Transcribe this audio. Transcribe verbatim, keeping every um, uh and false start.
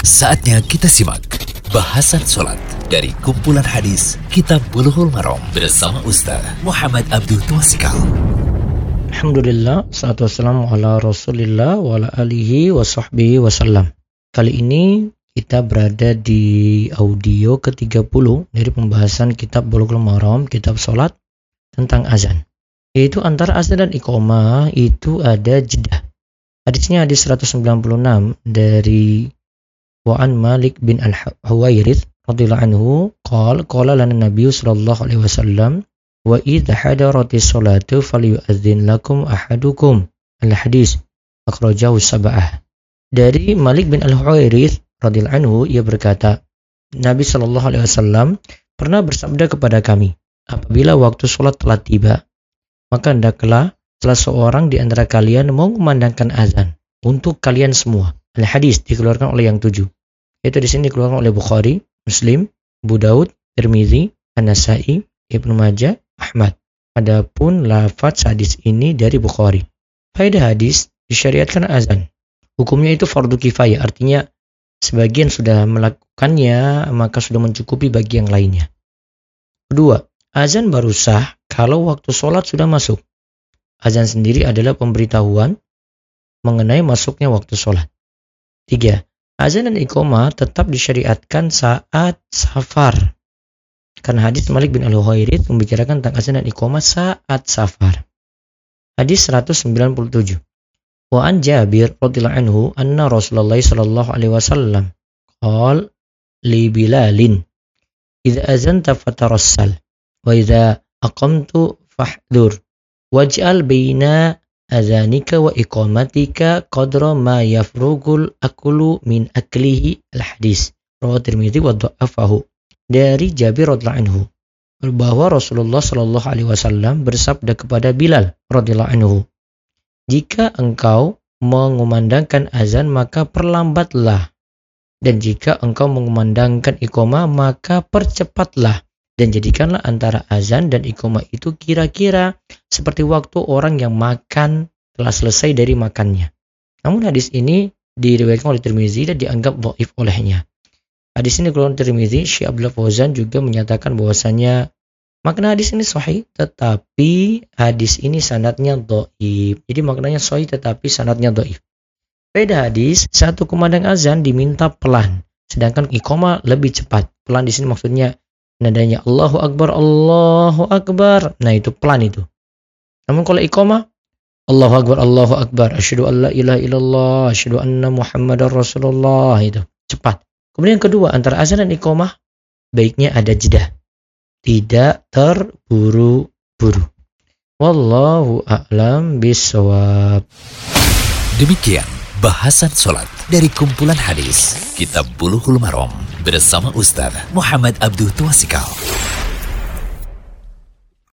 Saatnya kita simak bahasan sholat dari kumpulan hadis Kitab Bulughul Maram bersama Ustaz Muhammad Abdul Twasikal. Alhamdulillah, salatu wassalamu ala rasulillah wa ala alihi wa sahbihi wasallam. Kali ini kita berada di audio ke tiga puluh dari pembahasan Kitab Bulughul Maram, Kitab Sholat tentang azan. Yaitu antara azan dan iqamah itu ada jeda. Hadisnya hadis seratus sembilan puluh enam dari Wa'an Malik bin Al-Huwairith radhiyallahu anhu qala qala lana Nabi sallallahu alaihi wasallam wa idza hadaratis salatu falyu'adzin lakum ahadukum. Al-hadis akhrajahu sab'ah. Dari Malik bin Al-Huwairith radhiyallahu anhu, ia berkata, Nabi sallallahu alaihi wasallam pernah bersabda kepada kami, apabila waktu salat telah tiba, maka hendaklah salah seorang di antara kalian mengumandangkan azan untuk kalian semua. Al-hadis dikeluarkan oleh yang tujuh. Yaitu di sini dikeluarkan oleh Bukhari, Muslim, Abu Daud, Tirmizi, An-Nasa'i, Ibnu Majah, Ahmad. Adapun lafaz hadis ini dari Bukhari. Faedah hadis, disyariatkan azan. Hukumnya itu fardu kifayah, artinya sebagian sudah melakukannya, maka sudah mencukupi bagi yang lainnya. Kedua, azan baru sah kalau waktu sholat sudah masuk. Azan sendiri adalah pemberitahuan mengenai masuknya waktu sholat. Tiga, azan dan iqamah tetap disyariatkan saat safar. Karena hadis Malik bin Al-Huwairith membicarakan tentang azan dan iqamah saat safar. Hadis seratus sembilan puluh tujuh. Wa an Jabir radhiyallahu anhu anna Rasulullah sallallahu alaihi wasallam qala li Bilalin idza azanta fatarassal wa idza aqamtu fahdhur waj'al baina azanika wa iqamatika qadra ma yafrugul akulu min aklihi. Al-hadis rawahu Tirmidzi wa dha'afahu. Dari Jabir radhiyallahu anhu bahwa Rasulullah sallallahu alaihi wasallam bersabda kepada Bilal radhiyallahu anhu, jika engkau mengumandangkan azan maka perlambatlah, dan jika engkau mengumandangkan iqamah maka percepatlah, dan jadikanlah antara azan dan iqamah itu kira-kira seperti waktu orang yang makan telah selesai dari makannya. Namun hadis ini diriwayatkan oleh Tirmizi dan dianggap dhaif olehnya. Hadis ini dikeluarkan Tirmizi, Syekh Abdullah Fauzan juga menyatakan bahwasanya makna hadis ini sahih, tetapi hadis ini sanadnya dhaif. Jadi maknanya sahih tetapi sanadnya dhaif. Beda hadis, satu kumandang azan diminta pelan, sedangkan iqamah lebih cepat. Pelan di sini maksudnya nadanya Allahu Akbar, Allahu Akbar. Nah itu pelan itu. Namun kalau iqamah, Allahu Akbar, Allahu Akbar, asyhadu an la ilaha illallah, asyhadu anna Muhammadar Rasulullah, itu cepat. Kemudian kedua, antara azan dan iqamah baiknya ada jeda, tidak terburu-buru. Wallahu a'lam bishawab. Demikian bahasan sholat dari kumpulan hadis Kitab Bulughul Maram bersama Ustaz Muhammad Abdul Twasikal.